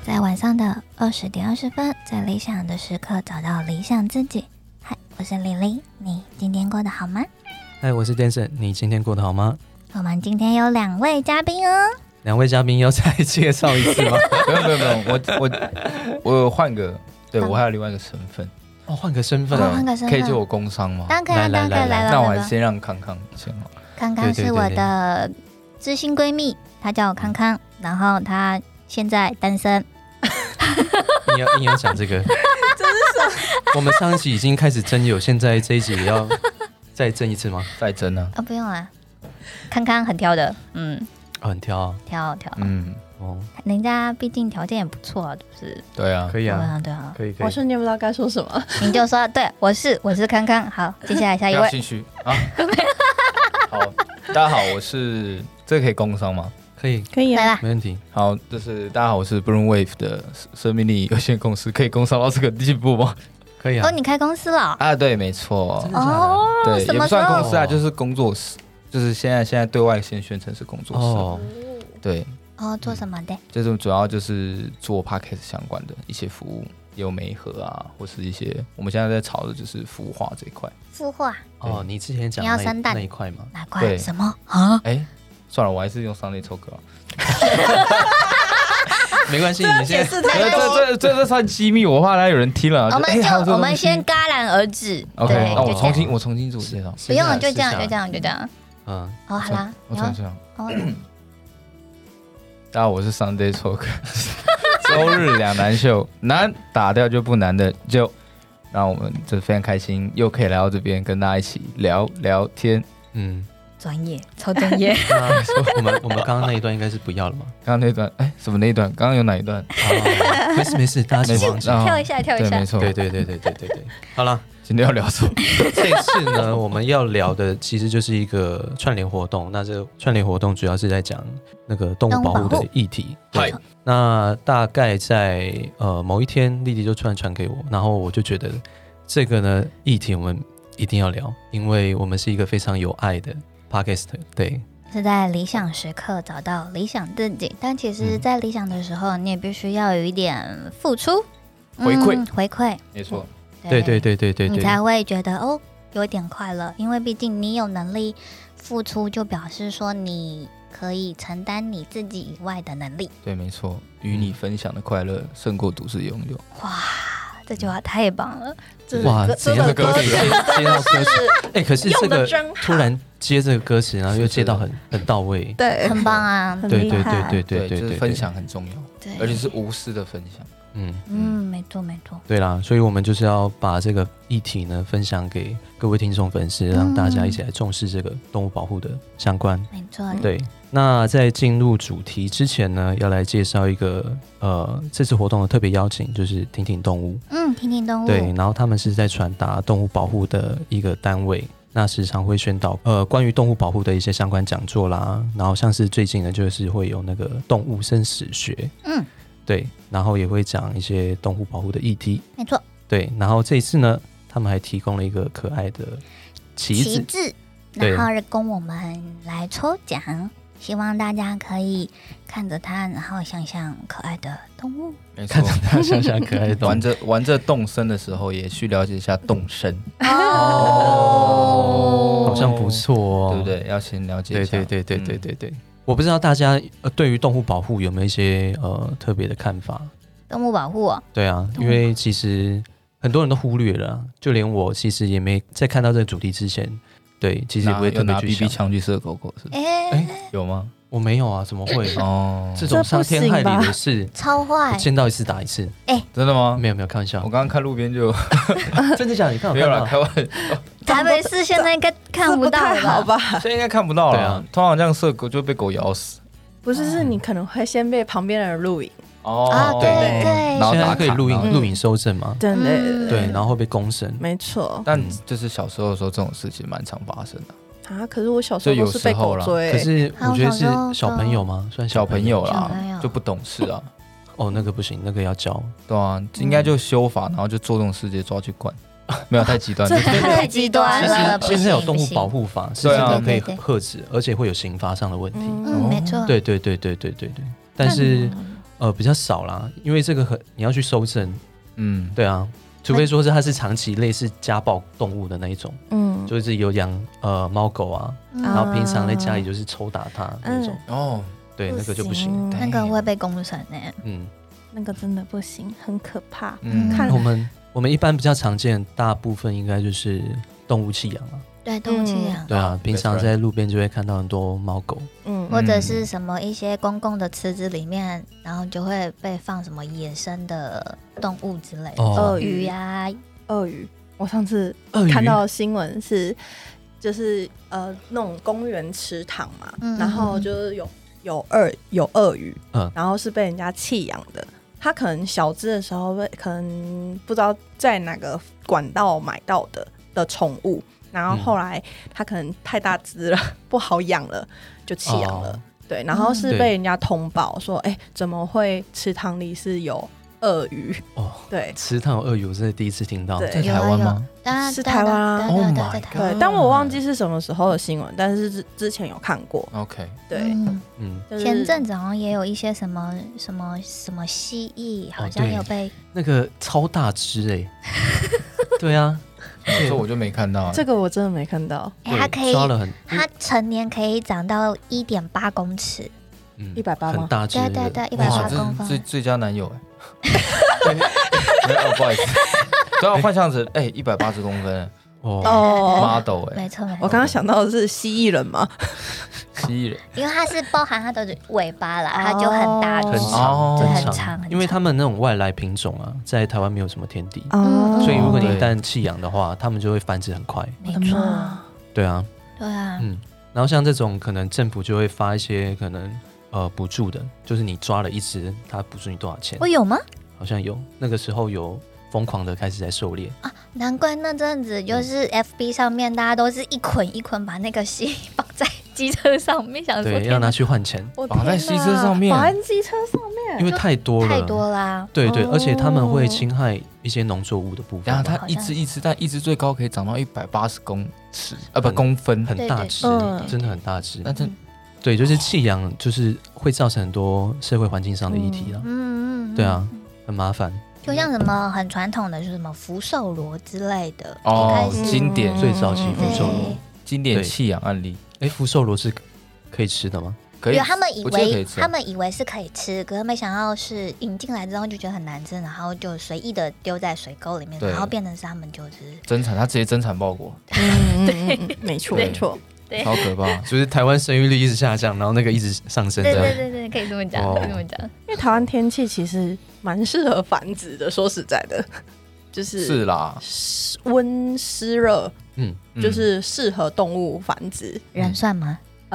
在晚上的20点20分，在理想的时刻找到理想自己。嗨，我是李玲，你今天过得好吗？ 嗨，我是 Danson， 你今天过得好吗？ 我们今天有2位嘉宾哦。 2位嘉宾要再介绍一次吗？ 没有，我有换个，对我还有另外一个身份。 哦，换个身份， 换个身份， 可以借我工商吗？ 当然可以，当然可以，来了。 那我还先让康康先好。 康康是我的知心闺蜜，她叫我康康，然后她现在单身。 硬要讲这个，这是什么？我们上一集已经开始征友，现在这一集也要再征一次吗？ 再征啊？ 不用啦，康康很挑的， 很挑啊， 挑，人家毕竟条件也不错啊，是不是？ 对啊， 可以啊， 对啊， 可以。 我瞬间不知道该说什么， 你就说对，我是康康。好，接下来下一位。 不要心虚啊。好，大家好，我是这个可以工商吗？ 可以来啦， 没问题。 好，大家好，我是 Bloom Wave 的生命力有限公司，可以工商到这个地步吗？ 可以啊。 哦，你开公司了？ 啊，对，没错。 哦， 对，也不算公司啊， 哦就是工作室，就是现在对外先宣称是工作室。 哦， 对。 哦，做什么的？ 就是主要就是做 podcast 相关的一些服务，也有媒合啊，或是一些我们现在在炒的就是孵化这一块。 孵化？ 哦，你之前讲你要生蛋那一块吗？ 哪块？ 对， 什么啊？ 算了，我还是用Sunday抽歌。 没关系，你现在这算机密，我怕他有人听了。 我们先戛然而止。 OK， 那我重新自我介绍。 不用了，就这样。好啦， 我重新。大家好，我是 Sunday 抽歌，周日2难秀，难打掉就不难的就，让我们就非常开心，又可以来到这边跟大家一起聊聊天。 专业，超专业。 我们刚刚那一段应该是不要了吗？ 刚刚那段，什么那一段？刚刚有哪一段？ 没事，大家请忘记。 跳一下。 对，没错。 对。好了， 今天要聊什么？ 这次呢，我们要聊的其实就是一个串联活动。那这个串联活动主要是在讲那个动物保护的议题。对。那大概在某一天，丽丽就突然传给我，然后我就觉得这个呢议题我们一定要聊，因为我们是一个非常有爱的 podcast。对。 是在理想时刻找到理想自己，但其实在理想的时候，你也必须要有一点付出回馈， 没错。 对， 你才会觉得有点快乐，因为毕竟你有能力付出，就表示说你可以承担你自己以外的能力。 对，没错，与你分享的快乐胜过独自拥有。 哇，这句话太棒了！ 哇， 这个歌词接到歌词，可是这个突然接这个歌词，然后又接到很到位， 对， 很棒啊！ 对， 就是分享很重要， 对， 而且是无私的分享。 没错。 对啦，所以我们就是要把这个议题呢分享给各位听众粉丝，让大家一起来重视这个动物保护的相关。 没错。 对，那在进入主题之前呢，要来介绍一个这次活动的特别邀请，就是听听动物。听听动物。对，然后他们是在传达动物保护的一个单位。那时常会宣导关于动物保护的一些相关讲座啦，然后像是最近呢就是会有那个动物生死学，对，然后也会讲一些动物保护的议题， 没错， 对，然后这一次呢，他们还提供了一个可爱的旗帜， 然后供我们来抽奖，希望大家可以看着它，然后想想可爱的动物， 看着它想想可爱的动物， 玩着动声的时候，也去了解一下动声好像不错哦， 对不对？要先了解一下， 对。我不知道大家对于动物保护有没有一些特别的看法？ 动物保护对啊，因为其实很多人都忽略了，就连我其实也没在看到这个主题之前，对，其实也不会特别去想。 拿 BB 枪去射狗狗是不是？有吗？ 我没有啊，怎么会？这种这伤天害理的事， 超坏， 见到一次打一次。 真的吗？ 没有，开玩笑。 我刚刚看路边就真的假的？你看没有啦，开玩笑。 台北市现在应该看不到了， 好吧？ 现在应该看不到了。 对啊， 通常这样射狗就被狗咬死。 不是，是你可能会先被旁边的人录影。 对， 然后现在可以录影收证嘛？对，然后会被公审。 没错。 但就是小时候的时候，这种事情蛮常发生的。 可是我小时候都是被狗追。 可是我觉得是小朋友吗？算小朋友啦，就不懂事啊。 那个不行，那个要教。 对啊，应该就修法，然后就做这种事直接抓去关。没有太极端， 太极端了。 其实现在有动物保护法，是真的可以遏制，而且会有刑罚上的问题。 没错。 对。但是比较少啦，因为这个你要去收证，对啊，除非说它是长期类似家暴动物的那一种，就是有养猫狗啊，然后平常在家里就是抽打它那种，对，那个就不行， 那个会被公审那个真的不行，很可怕。 我们一般比较常见，大部分应该就是动物弃养啊。 对，动物弃养。 对啊，平常在路边就会看到很多猫狗， 或者是什么一些公共的池子里面，然后就会被放什么野生的动物之类的，鳄鱼呀、 鳄鱼。我上次看到的新闻是，就是那种公园池塘嘛，然后就是有鳄鱼，然后是被人家弃养的。他可能小只的时候可能不知道在哪个管道买到的宠物，然后后来他可能太大只了，不好养了，就弃养了。对，然后是被人家通报说，怎么会池塘里是有鳄鱼？对， 池塘有鳄鱼，我真的第一次听到， 在台湾吗？ 是台湾啊， 在台湾。 对，但我忘记是什么时候的新闻，但是之前有看过。 OK， 对， 前阵子好像也有一些什么蜥蜴，好像有被那个超大只对啊。 这我就没看到， 这个我真的没看到。 它可以，它成年可以长到1.8公尺 ，180吗？ 很大只， 对，180公分， 最佳男友不好意思，都要换相子，180公分，model 没错。 我刚刚想到的是蜥蜴人吗？ 蜥蜴人， 因为它是包含它的尾巴啦，它就很大很长，因为他们那种外来品种啊，在台湾没有什么天敌，所以如果你一旦弃养的话，他们就会繁殖很快。 没错， 对啊， 然后像这种可能政府就会发一些可能补助的，就是你抓了一只，他补助你多少钱？ 有吗？ 好像有，那个时候有疯狂的开始在狩猎啊，难怪那阵子就是 FB 上面大家都是一捆一捆把那个蜥蜴绑在机车上面，想说对，要拿去换钱， 绑在机车上面， 绑在机车上面， 因为太多啦， 对，而且他们会侵害一些农作物的部分。 然后它一只，但一只最高可以长到180公尺，公分， 很大只，真的很大只。但是，对，就是弃养，就是会造成很多社会环境上的议题啦。对啊，很麻烦。 就像什么很传统的，就是什么福寿螺之类的， 经典最早期福寿螺， 经典弃养案例。 福寿螺是可以吃的吗？ 可以， 他们以为是可以吃，可是没想到是引进来之后就觉得很难吃，然后就随意的丢在水沟里面，然后变成是他们就是增产，他直接增产报国。 对，没错， 超可怕， 就是台湾生育率一直下降，然后那个一直上升。 对，可以这么讲，可以这么讲。 因为台湾天气其实蛮适合繁殖的，说实在的，是啦， 温湿热，就是适合动物繁殖。 人算吗？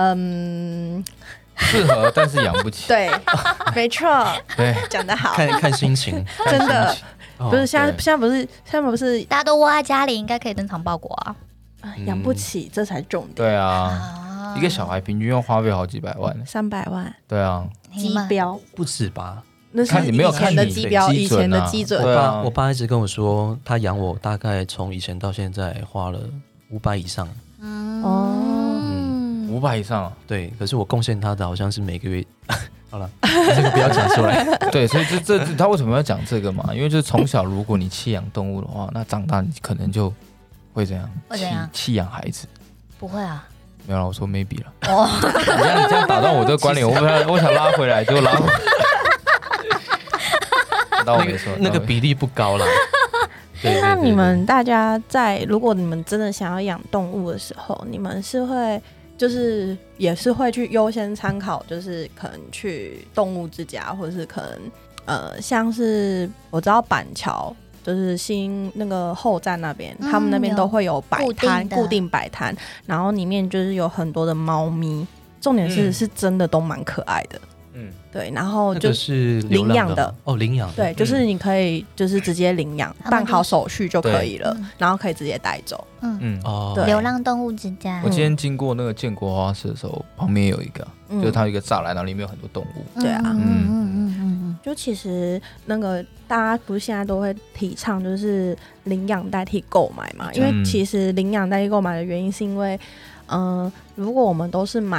适合，但是养不起。 对，没错， 对， 讲得好， 看心情， 真的不是现在不是大家都窝在家里，应该可以登场报国啊。 养不起，这才重点。 对啊，一个小孩平均要花费好几百万 ，300万。 对啊， 基标不止吧？ 那是以前的基标，以前的基准。 我爸一直跟我说，他养我大概从以前到现在花了500以上。 500以上， 对。可是我贡献他的好像是每个月。好了，这个不要讲出来。 对，所以他为什么要讲这个嘛？因为就是从小如果你弃养动物的话，那长大你可能就会怎样？弃养孩子？ 不会啊， 没有了，我说 maybe 了。你这样打断我这个观点，我想拉回来，就拉回来。那我没说， 那个比例不高啦。 那你们大家如果你们真的想要养动物的时候，你们是会就是也是会去优先参考，就是可能去动物之家，或者是可能像是我知道板桥就是新那个后站那边，他们那边都会有摆摊，固定摆摊，然后里面就是有很多的猫咪，重点是真的都蛮可爱的。对，然后就是领养的领养的， 对，就是你可以就是直接领养，办好手续就可以了，然后可以直接带走。 对，流浪动物之家。 我今天经过那个建国花市的时候，旁边有一个，就是它有一个栅栏，然后里面有很多动物。 对啊，就其实那个大家不是现在都会提倡就是领养代替购买嘛？因为其实领养代替购买的原因是因为，如果我们都是买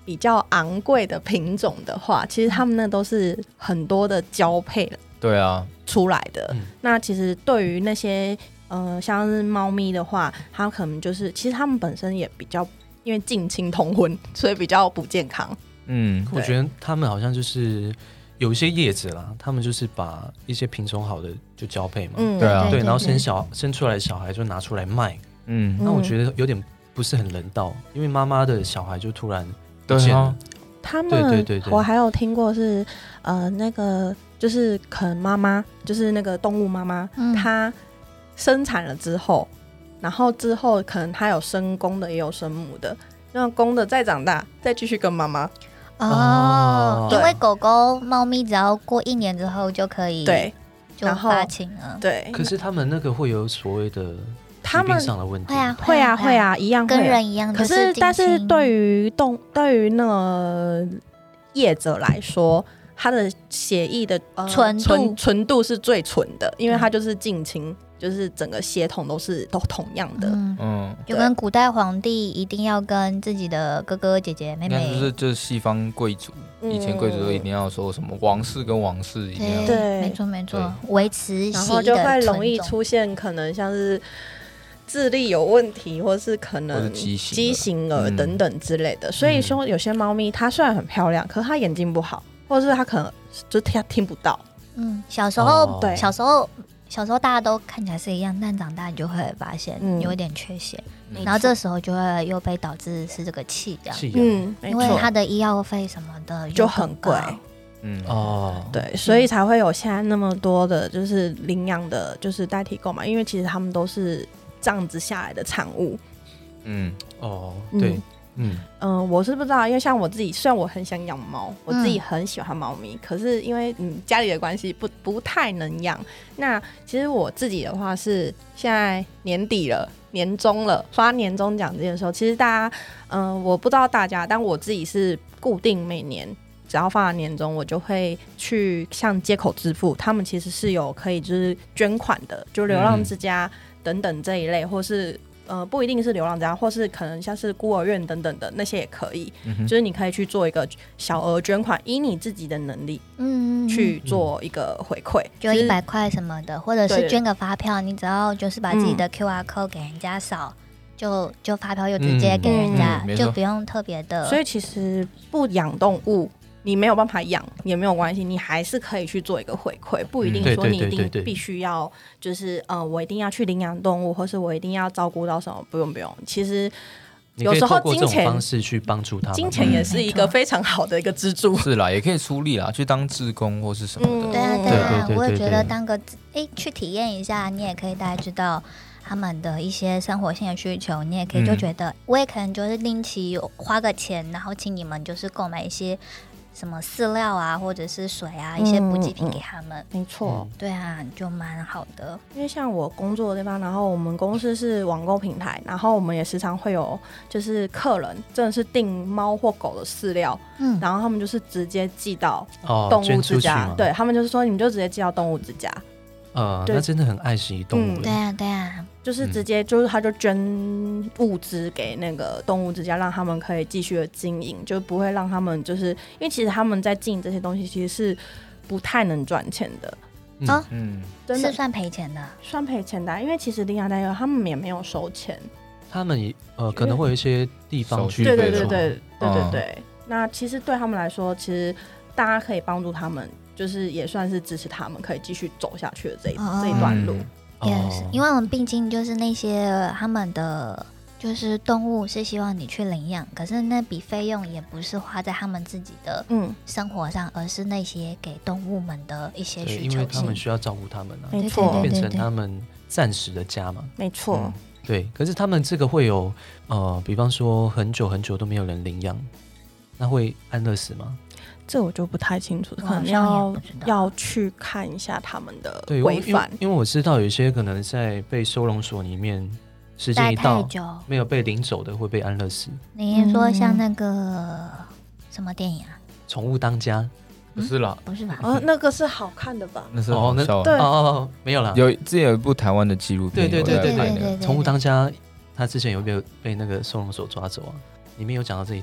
比较昂贵的品种的话，其实他们那都是很多的交配对啊出来的。那其实对于那些像是猫咪的话，它可能就是其实他们本身也比较因为近亲通婚，所以比较不健康。 我觉得他们好像就是有一些业者啦，他们就是把一些品种好的就交配嘛， 对啊， 对，然后生出来的小孩就拿出来卖，那我觉得有点不是很人道，因为妈妈的小孩就突然不见了。 他们对，我还有听过是那个就是可能妈妈就是那个动物妈妈，她生产了之后，然后之后可能她有生公的也有生母的，让公的再长大再继续跟妈妈。 因为狗狗、猫咪只要过1年之后就可以对就发情了。 对， 可是他们那个会有所谓的疾病上的问题。 会啊，一样跟人一样。 可是但是对于那个业者来说，它的血液的纯度是最纯的，因为它就是近亲。就是整个血统都同样的， 就跟古代皇帝一定要跟自己的哥哥姐姐妹妹， 就是西方贵族，以前贵族都一定要说什么王室跟王室一定要， 对，没错，维持血液的纯种， 然后就会容易出现可能像是智力有问题，或是可能畸形儿等等之类的。所以说有些猫咪它虽然很漂亮，可是它眼睛不好，或者是它可能就听不到。 小时候大家都看起来是一样，但长大你就会发现有一点缺陷，然后这时候就会又被导致是这个弃养，因为它的医药费什么的就很贵。对，所以才会有现在那么多的就是领养的，就是代替购买，因为其实他们都是这样子下来的产物。 对。 我是不知道，因为像我自己，虽然我很想养猫，我自己很喜欢猫咪，可是因为家里的关系不太能养。那其实我自己的话是现在年底了，年终了，发年终奖金的时候，其实大家我不知道大家，但我自己是固定每年只要发了年终，我就会去像街口支付，他们其实是有可以就是捐款的，就流浪之家等等这一类，或是不一定是流浪家，或是可能像是孤儿院等等的那些也可以，就是你可以去做一个小额捐款，以你自己的能力去做一个回馈， 就100块什么的，或者是捐个发票，你只要就是把自己的 QR code 给人家扫，就发票就直接给人家，就不用特别的。 所以其实不养动物，你没有办法养也没有关系，你还是可以去做一个回馈，不一定说你一定必须要就是我一定要去领养动物，或是我一定要照顾到什么，不用。其实有时候金钱方式去帮助他们， 金钱也是一个非常好的一个支柱。 是啦，也可以出力啦，去当志工或是什么的。 对啊，我也觉得当个去体验一下，你也可以大概知道他们的一些生活性的需求，你也可以就觉得我也可能就是定期花个钱，然后请你们就是购买一些什么饲料啊，或者是水啊，一些补给品给他们。 没错， 对啊，就蛮好的。 因为像我工作的地方，然后我们公司是网购平台，然后我们也时常会有就是客人真的是订猫或狗的饲料，然后他们就是直接寄到动物之家，对他们就是说你们就直接寄到动物之家。 那真的很爱惜动物。 对啊， 就是直接就是他就捐物资给那个动物之家，让他们可以继续的经营，就不会让他们就是因为其实他们在经营这些东西其实是不太能赚钱的。 真的是算赔钱的， 算赔钱的，因为其实领养代他们也没有收钱， 他们也可能会有一些地方去对。那其实对他们来说，其实大家可以帮助他们。就是也算是支持他们可以继续走下去的这一段路。 因为我们毕竟就是那些他们的就是动物是希望你去领养，可是那笔费用也不是花在他们自己的生活上，而是那些给动物们的一些需求性， 因为他们需要照顾他们啊， 没错， 变成他们暂时的家嘛， 没错。 对，可是他们这个会有比方说很久很久都没有人领养，那会安乐死吗？ 这我就不太清楚，可能要去看一下他们的规范。 因为我知道有些可能在被收容所里面时间一到没有被领走的会被安乐死。 你说像那个什么电影啊？ 宠物当家？ 不是啦， 不是吧？ 那个是好看的吧？ 那是好笑的。 对没有啦。 之前有一部台湾的纪录片， 对，宠物当家，他之前有没有被那个收容所抓走啊？里面有讲到这一段啊。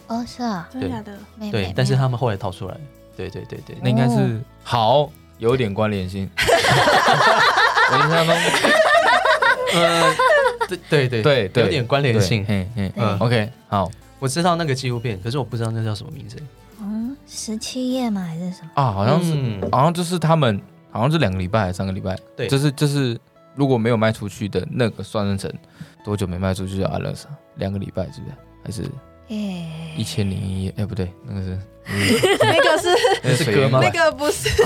哦，是啊， 真的假的？ 对，但是他们后来逃出来。对， 那应该是好有点关联性。我印象中，对， 有点关联性。 OK， 好， 我知道那个纪录片，可是我不知道那叫什么名字。 17夜吗？还是什么？ 啊，好像就是他们，好像是2个礼拜还是3个礼拜。对，就是如果没有卖出去的那个算成多久没卖出去的安乐莎？2个礼拜是不是？还是1001夜？哎，不对，那个是那是歌吗？ 那个不是，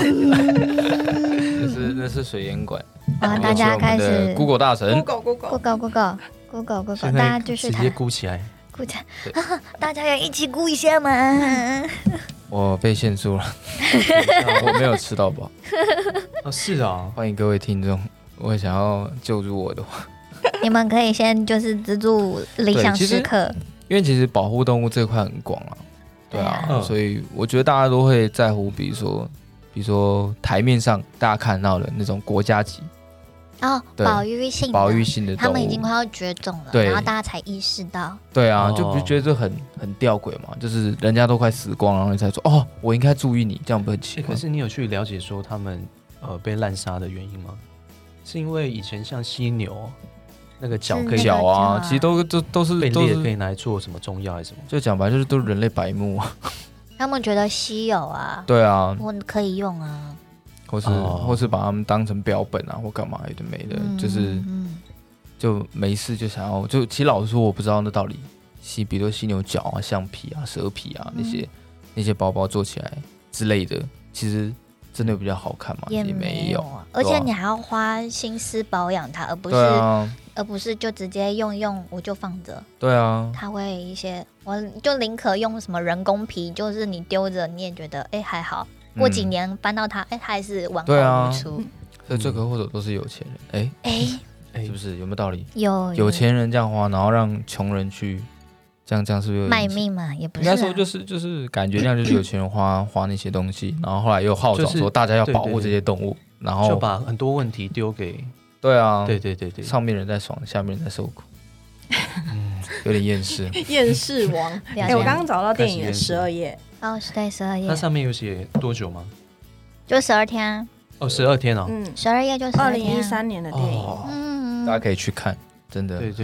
那是水烟馆。 大家开始 Google 大神 Google， 大家就是直接估起来， 大家要一起估一下嘛。 我被限速了，我没有吃到饱。 是啊， 欢迎各位听众，我想要救助我的话， 你们可以先就是资助理想时刻， 因为其实保护动物这块很广啊，对啊，所以我觉得大家都会在乎，比如说台面上大家看到的那种国家级。 保育性的动物，他们已经快要绝种了，然后大家才意识到。 对啊，就不觉得这很吊诡嘛？就是人家都快死光了，然后你才说我应该注意你，这样不很奇怪？ 可是你有去了解说他们被滥杀的原因吗？是因为以前像犀牛那个角可以角啊，其实都是被猎可以拿来做什么中药还是什么？ 就讲白就是都是人类白目啊。 他们觉得稀有啊， 对啊， 我可以用啊。 或是把他们当成标本啊，或干嘛有的没的，就没事就想要其实老实说，我不知道那到底比如说犀牛角啊、橡皮啊、蛇皮啊那些包包做起来之类的，其实真的比较好看吗？也没有， 而且你还要花心思保养它，而不是就直接用我就放着。 对啊， 它会一些，我就宁可用什么人工皮，就是你丢着你也觉得还好。过几年搬到它，它还是完好如初。 所以罪魁祸首都是有钱人，是不是有没有道理？ 有钱人这样花，然后让穷人去这样是不是卖命嘛？也不是， 应该说就是感觉这样，就是有钱人花那些东西，然后后来又号召说大家要保护这些动物，然后就把很多问题丢给对，上面人在爽，下面人在受苦。有点厌世王。我刚刚找到电影的12页。 对，12页。 它上面有写多久吗？ 就12天。 12天哦。 12页就12天。 2013年的电影。 大家可以去看，真的。 对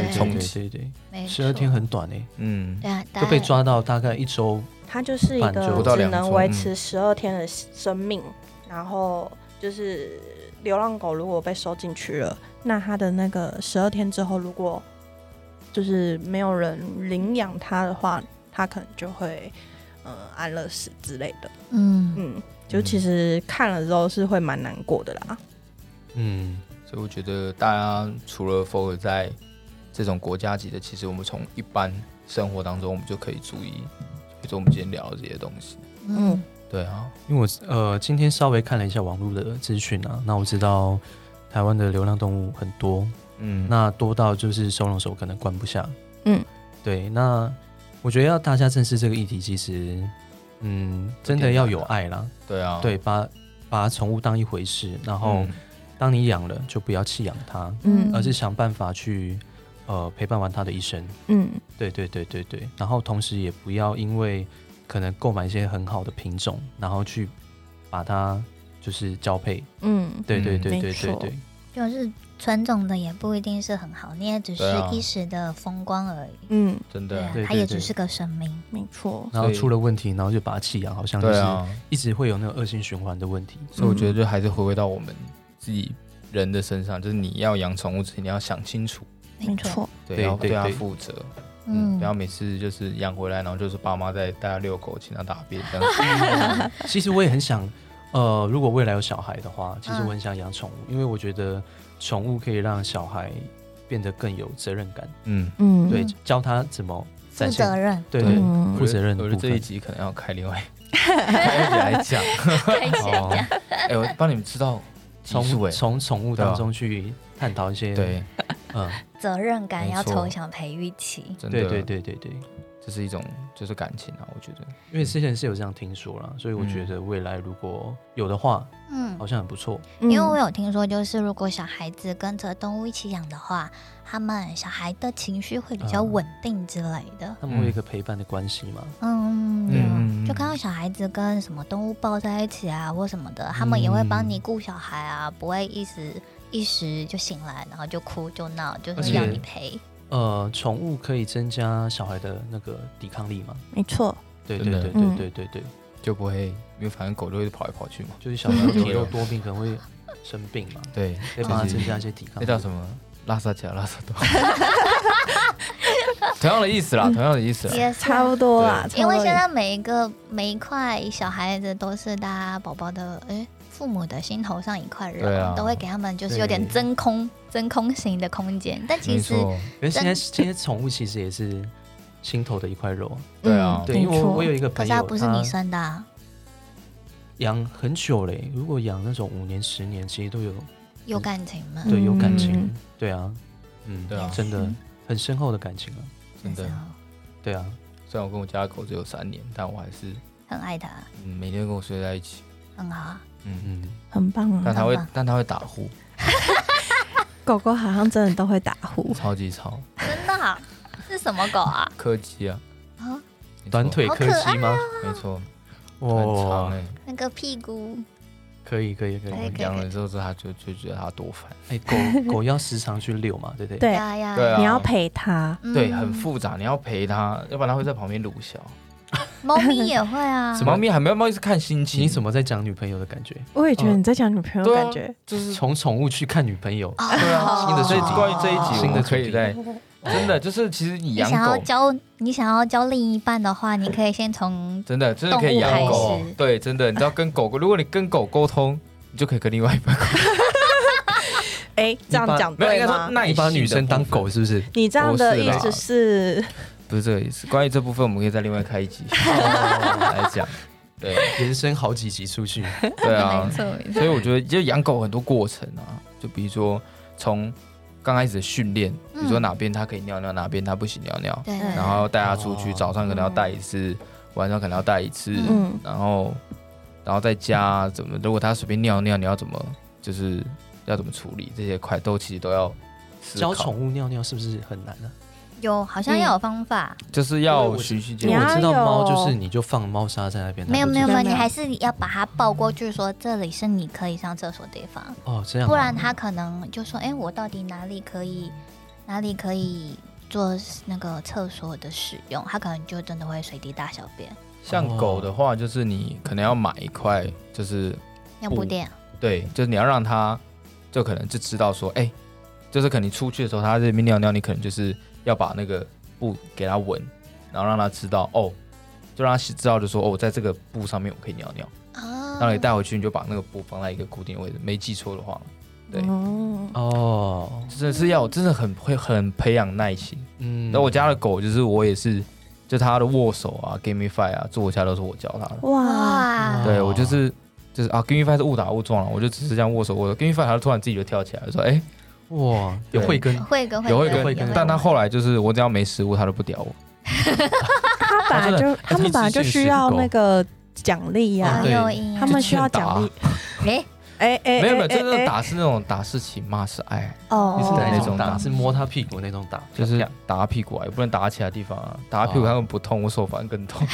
，12天很短哎。 对啊， 都被抓到大概1周。 它就是一个只能维持12天的生命，然后就是流浪狗如果被收进去了，那它的那个12天之后，如果就是没有人领养它的话，它可能就会安乐死之类的。就其实看了之后是会蛮难过的啦。 所以我觉得大家除了 focus 在这种国家级的，其实我们从一般生活当中，我们就可以注意，比如说我们今天聊的这些东西。对啊， 因为我今天稍微看了一下网络的资讯啊，那我知道台湾的流浪动物很多。那多到就是收容所可能关不下。对，那我觉得要大家正视这个议题，其实真的要有爱啦。 对啊， 对，把宠物当一回事，然后当你养了就不要弃养它，而是想办法去陪伴完它的一生。对，然后同时也不要因为可能购买一些很好的品种，然后去把它就是交配。对， 就是纯种的也不一定是很好，你也只是一时的风光而已。真的， 它也只是个生命， 没错。 然后出了问题，然后就把它弃养，好像就是一直会有那个恶性循环的问题。 所以我觉得就还是回归到我们自己人的身上，就是你要养宠物之前，你要想清楚， 没错， 对，要对它负责。不要每次就是养回来，然后就是爸妈在带它遛狗，请它大便这样。 其实我也很想。如果未来有小孩的话，其实我很想养宠物，因为我觉得宠物可以让小孩变得更有责任感。对，教他怎么负责任。 对，负责任。 我觉得这一集可能要开另外开一集来讲。 我帮你们知道从宠物当中去探讨一些责任感要从小培育起。 真的， 对， 这是一种就是感情啊，我觉得。 因为之前是有这样听说啦，所以我觉得未来如果有的话，好像很不错。 因为我有听说，就是如果小孩子跟着动物一起养的话，他们小孩的情绪会比较稳定之类的。 他们会有一个陪伴的关系嘛？ 就看到小孩子跟什么动物抱在一起啊，或什么的，他们也会帮你顾小孩啊，不会一时就醒来，然后就哭就闹，就是要你陪。 宠物可以增加小孩的那个抵抗力嘛？ 没错， 对， 就不会，因为反正狗就会跑来跑去嘛， 就是小孩体弱多病可能会生病嘛， 对， 可以帮他增加一些抵抗力。 那叫什么？拉萨加拉萨多。同样的意思啦， 也差不多啦。 因为现在每一块小孩子都是大家宝宝的父母的心头上一块肉，都会给他们就是有点真空型的空间。但其实， 现在宠物其实也是心头的一块肉。 对啊， 对，因为我有一个朋友， 可是他不是你生的啊， 养很久嘞。如果养那种5年10年，其实都有感情吗？ 对，有感情。对啊， 对啊， 真的很深厚的感情啊， 真的。对啊，虽然我跟我家的狗只有3年，但我还是很爱它。 每天跟我睡在一起， 很好啊。 很棒啊。 但它会打呼。 狗狗好像真的都会打呼， 超级吵。 真的啊？是什么狗啊？ 柯基啊。 短腿柯基吗？ 没错。 哇， 很长那个屁股。 可以。 养了之后，他就觉得它多烦。 狗要时常去遛嘛，对不对？ 对啊， 你要陪它。 对，很复杂，你要陪它，要不然它会在旁边鲁小。 猫咪也会啊。 猫咪还没有，猫咪是看心情。 你怎么在讲女朋友的感觉？ 我也觉得你在讲女朋友的感觉， 就是从宠物去看女朋友。 对啊，新的所以关于这一集，新的可以在。真的就是，其实你养狗， 你想要教另一半的话，你可以先从真的可以养狗。对，真的，你知道跟狗，如果你跟狗沟通，你就可以跟另外一半沟通。 这样讲对吗？ 你把女生当狗是不是？ 你这样的意思是？ 不是这个意思。关于这部分，我们可以再另外开一集来讲。对， 延伸好几集出去。 对啊， 没错。 所以我觉得，就养狗很多过程啊，就比如说从刚开始的训练，比如说哪边它可以尿尿，哪边它不行尿尿，然后带它出去，早上可能要带一次，晚上可能要带一次，然后在家怎么，如果它随便尿尿，你要怎么就是要怎么处理，这些块其实都要思考。 教宠物尿尿是不是很难呢？ 好像要有方法， 就是要循序渐进。 我知道猫就是你就放猫砂在那边， 没有，你还是要把它抱过去，说这里是你可以上厕所的地方。 这样。 不然它可能就说，我到底哪里可以做那个厕所的使用？它可能就真的会随地大小便。 像狗的话，就是你可能要买一块，就是尿布垫。 对，就是你要让它就可能就知道说，就是可能你出去的时候，它这边尿尿，你可能就是要把那个布给它闻，然后让它知道就让它知道就说我在这个布上面我可以尿尿。然后你带回去，你就把那个布放在一个固定的位置，没记错的话，对。真的是真的很培养耐心。那我家的狗就是我也是，就它的握手啊 ，Give me five 啊，坐下都是我教它的。 哇！ 对我就是Give me five 是误打误撞了，我就只是这样握手，Give me five 它突然自己就跳起来说， 哇，有慧根， 但他后来就是我只要没食物，他都不屌我。 他们本来就需要那个奖励呀，他们需要奖励。 没有，真的打是那种打是情，骂是爱。 你是哪种打？是摸他屁股那种打， 就是打他屁股啊，也不能打他其他地方啊。打他屁股他们不痛，我手反而更痛。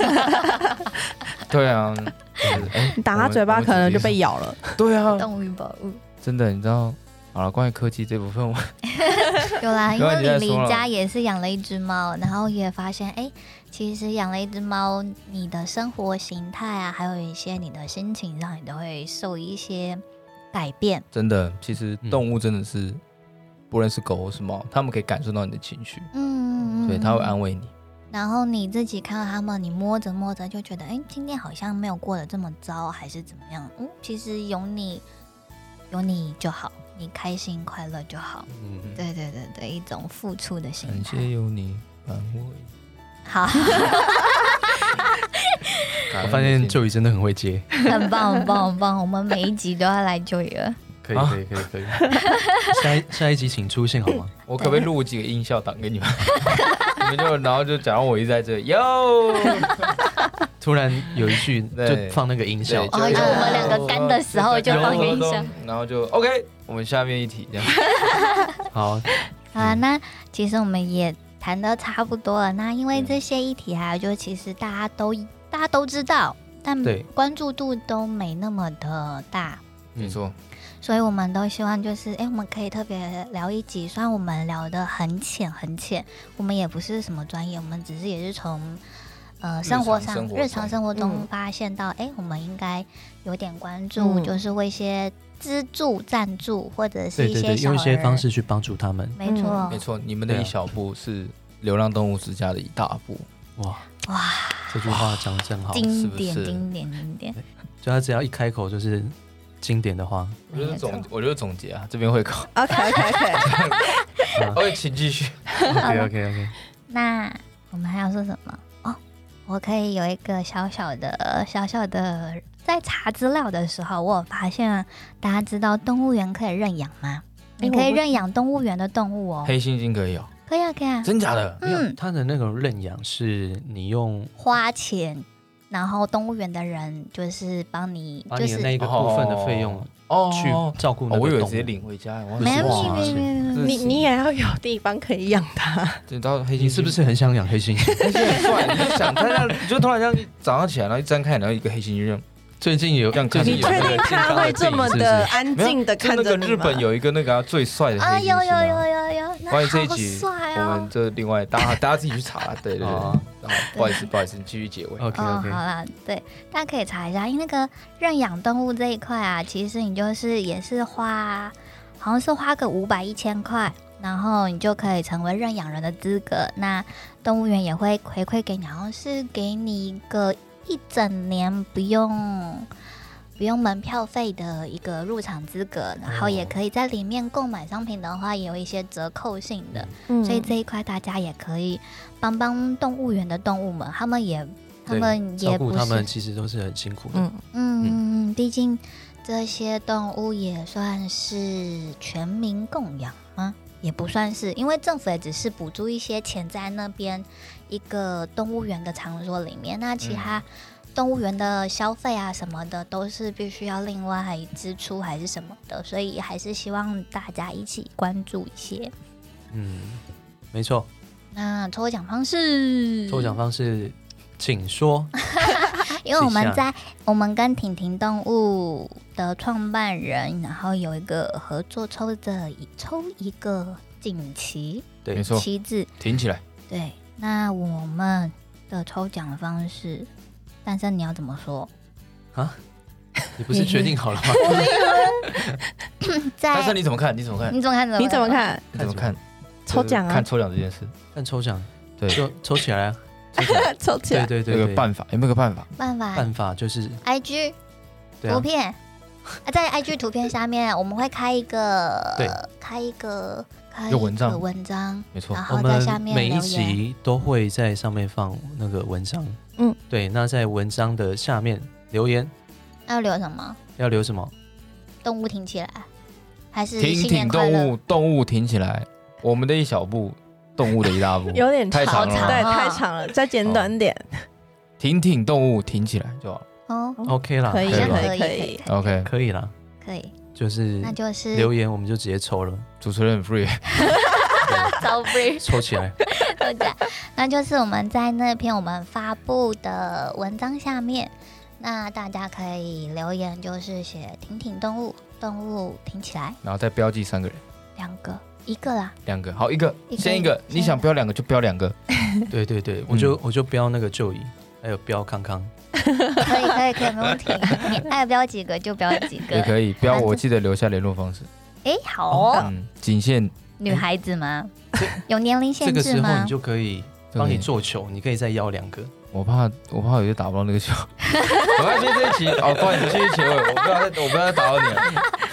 对啊， 打他嘴巴可能就被咬了。 对啊， 动物保护。 真的，你知道？好了，关于科技这部分， 有啦，因为李家也是养了一只猫，然后也发现，其实养了一只猫，你的生活形态啊，还有一些你的心情上，你都会受一些改变。 真的，其实动物真的是，不论是狗或是猫，它们可以感受到你的情绪，对，它会安慰你。 然后你自己看到它们，你摸着摸着就觉得，今天好像没有过得这么糟，还是怎么样？其实有你就好。你开心快乐就好。对，一种付出的心态。 感谢有你伴我。 好。 我发现Joey真的很会接， 很棒。我们每一集都要来Joey了。 可以。下一集请出现好吗？ 我可不可以录几个音效档给你们？你们然后就假装我一直在这里哟。 突然有一句就放那个音效， 我们两个干的时候就放音效， 然后就 OK。我们下面一题这样。 好啊，那其实我们也谈得差不多了。那因为这些议题还有就其实大家都知道，但关注度都没那么的大。 没错。 所以我们都希望就是我们可以特别聊一集，虽然我们聊得很浅，我们也不是什么专业，我们只是也是从生活上日常生活中发现到我们应该有点关注，就是为一些资助赞助或者是一些用一些方式去帮助他们。 没错，你们的一小步是流浪动物之家的一大步。 哇，这句话讲得真好， 经典。 就他只要一开口就是经典的话。 我就是总结啊，这边会考。 OK， 请继续。 OK。 那我们还要说什么？我可以有一个小小的，在查资料的时候，我有发现大家知道动物园可以认养吗？你可以认养动物园的动物哦。 黑猩猩可以哦？ 可以啊。 真假的？ 他的那种认养是你用花钱，然后动物园的人就是帮你， 把你的那一个部分的费用去照顾那个动物。 我以为直接领回家。 没有， 你也要有地方可以养它。 你知道黑猩猩， 你是不是很想养黑猩猩？ 黑猩猩很帅，你就想他你就突然这样早上起来，然后一睁开，然后一个黑猩猩最近有这样看， 你确定他会这么的安静的看着你吗？ 那个日本有一个那个最帅的黑猩猩有， 关于这一集，我们这另外大家自己去查。对。不好意思，你继续结尾。 OK。 好啦，对，大家可以查一下，因为那个认养动物这一块啊，其实你就是也是好像是花个500-1000块，然后你就可以成为认养人的资格。那动物园也会回馈给你，好像是给你一个1整年不用门票费的一个入场资格，然后也可以在里面购买商品的话，也有一些折扣性的。所以这一块大家也可以帮动物园的动物们，他们也照顾他们其实都是很辛苦的。 毕竟这些动物也算是全民供养吗？也不算是，因为政府也只是补助一些钱在那边一个动物园的场所里面，那其他动物园的消费啊什么的都是必须要另外支出还是什么的，所以还是希望大家一起关注一些。 没错。 那抽奖方式请说。 因为我们跟婷婷动物的创办人，然后有一个合作抽一个锦旗， 对，没错， 旗帜挺起来。 对，那我们的抽奖方式，但是你要怎么说啊？你不是决定好了吗？ 但是你怎么看？ 抽奖啊！ 看抽奖这件事， 看抽奖， 对， 就抽起来啊！ 抽起来， 对， 有个办法，有没有个办法？ 办法就是 IG 图片，在 IG 图片下面，我们会开一个文章， 没错。 然后在下面每一集都会在上面放那个文章，对。那在文章的下面留言， 要留什么？动物挺起来，还是新年快乐？ 动物挺起来，我们的一小步。动物的一大步有点太长了， 对，太长了，再简短点。 挺动物挺起来就好了。 OK 啦， 可以 ，OK， 可以啦， 可以， 那就是留言我们就直接抽了， 主持人很 free， 超 free， 抽起来。 那就是我们在那篇我们发布的文章下面，那大家可以留言，就是写挺动物挺起来， 然后再标记3个人 ，2个。1个啦 ，2个，好，先一个，你想标2个就标2个。 对，我就标那个Joey，还有标康康。 可以，没问题。你爱标几个就标几个， 也可以标。我记得留下联络方式。 好哦。 仅限女孩子吗？有年龄限制吗？ 这个时候你就可以帮你做球，你可以再邀2个。 我怕有些打不到那个球。我要接这一期，不然你继续结尾，我不要再打扰你了。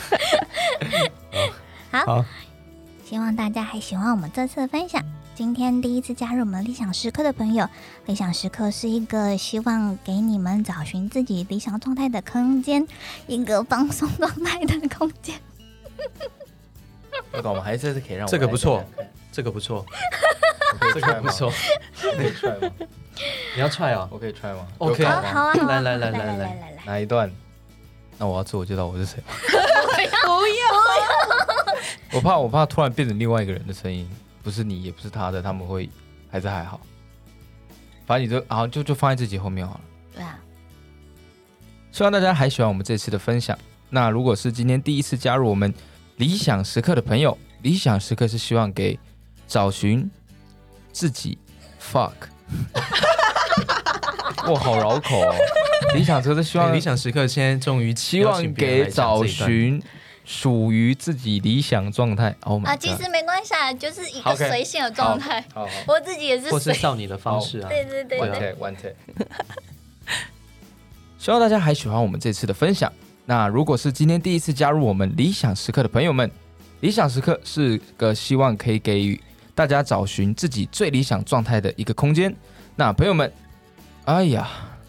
好。希望大家还喜欢我们这次的分享。今天第一次加入我们理想时刻的朋友，理想时刻是一个希望给你们找寻自己理想状态的空间，一个放松状态的空间。 我懂吗？还是可以让我这个不错，这个不错，这个不错， 可以 try 吗？ 你要 try 啊？ 我可以 try 吗 ？OK， 好啊， 来， 哪一段？那我要自我介绍我是谁？ 不要！我怕突然变成另外一个人的声音，不是你，也不是他的，他们会还好。反正你就放在自己后面好了。 对啊。 希望大家还喜欢我们这次的分享。那如果是今天第一次加入我们理想时刻的朋友，理想时刻是希望给找寻自己 fuck 哇，好绕口哦。理想时刻是希望理想时刻现在终于希望给找寻属于自己理想状态。 其实没关系啊，就是一个随性的状态。 好， 我自己也是， 或是少女的方式啊。 对。 One take。希望大家还喜欢我们这次的分享。那如果是今天第一次加入我们理想时刻的朋友们，理想时刻是个希望可以给予大家找寻自己最理想状态的一个空间。那朋友们，哎呀，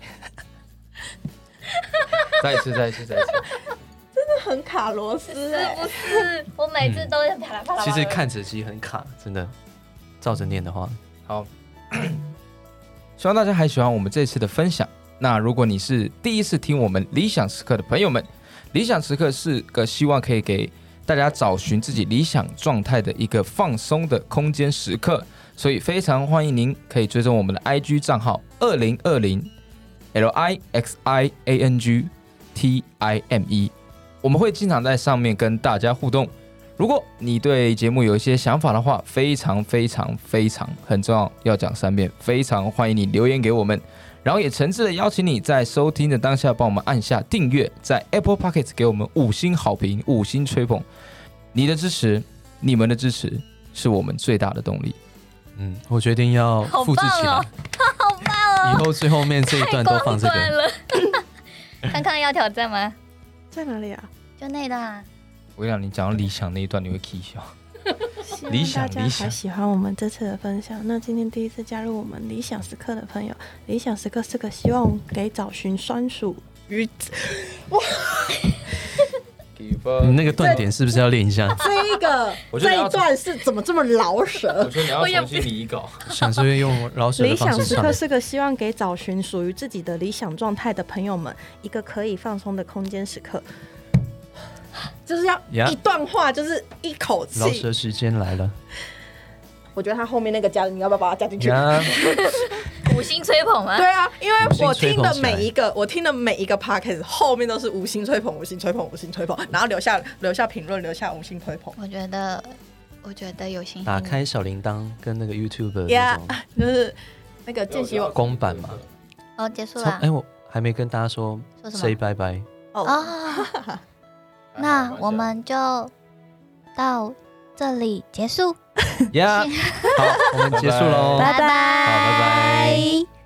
再一次，真的很卡螺丝， 是不是？我每次都是啪啦啪啦。 其实看着其实很卡，真的，照着念的话。 好，希望大家还喜欢我们这次的分享。那如果你是第一次听我们理想时刻的朋友们，理想时刻是个希望可以给大家找寻自己理想状态的一个放松的空间时刻，所以非常欢迎您可以追踪我们的 IG 账号2020 LIXIANGTIME， 我们会经常在上面跟大家互动。如果你对节目有一些想法的话，非常很重要，要讲3遍，非常欢迎你留言给我们。然后也诚挚的邀请你在收听的当下帮我们按下订阅，在 Apple Podcast 给我们5星好评，5星吹捧。你的支持，你们的支持是我们最大的动力。 我决定要复制起来。 好棒哦！ 以后最后面这一段都放这个。 康康要挑战吗？ 在哪里啊？ 就那段啊。 我跟你讲，你讲到理想那一段，你会气笑。 希望大家还喜欢我们这次的分享。那今天第一次加入我们理想时刻的朋友，理想时刻是个希望给找寻专属于你那个断点是不是要练一下？ 这一段是怎么这么老舍？ 我觉得你要重新拟稿。 想说用老舍的方式唱。 理想时刻是个希望给找寻属于自己的理想状态的朋友们一个可以放松的空间时刻。就是要一段话，就是一口气。 老舍时间来了。 我觉得他后面那个加，你要不要把它加进去 ？5星吹捧吗？ 对啊，因为我听的每一个 podcast 后面都是5星吹捧，5星吹捧，5星吹捧，然后留下评论，留下5星吹捧。 我觉得有星。 打开小铃铛跟那个 YouTube 的那种， 就是那个见习公版嘛。 结束了。 我还没跟大家说 say 拜拜。 那我们就到这里结束。 好，我们结束喽， 拜拜， 好，拜拜。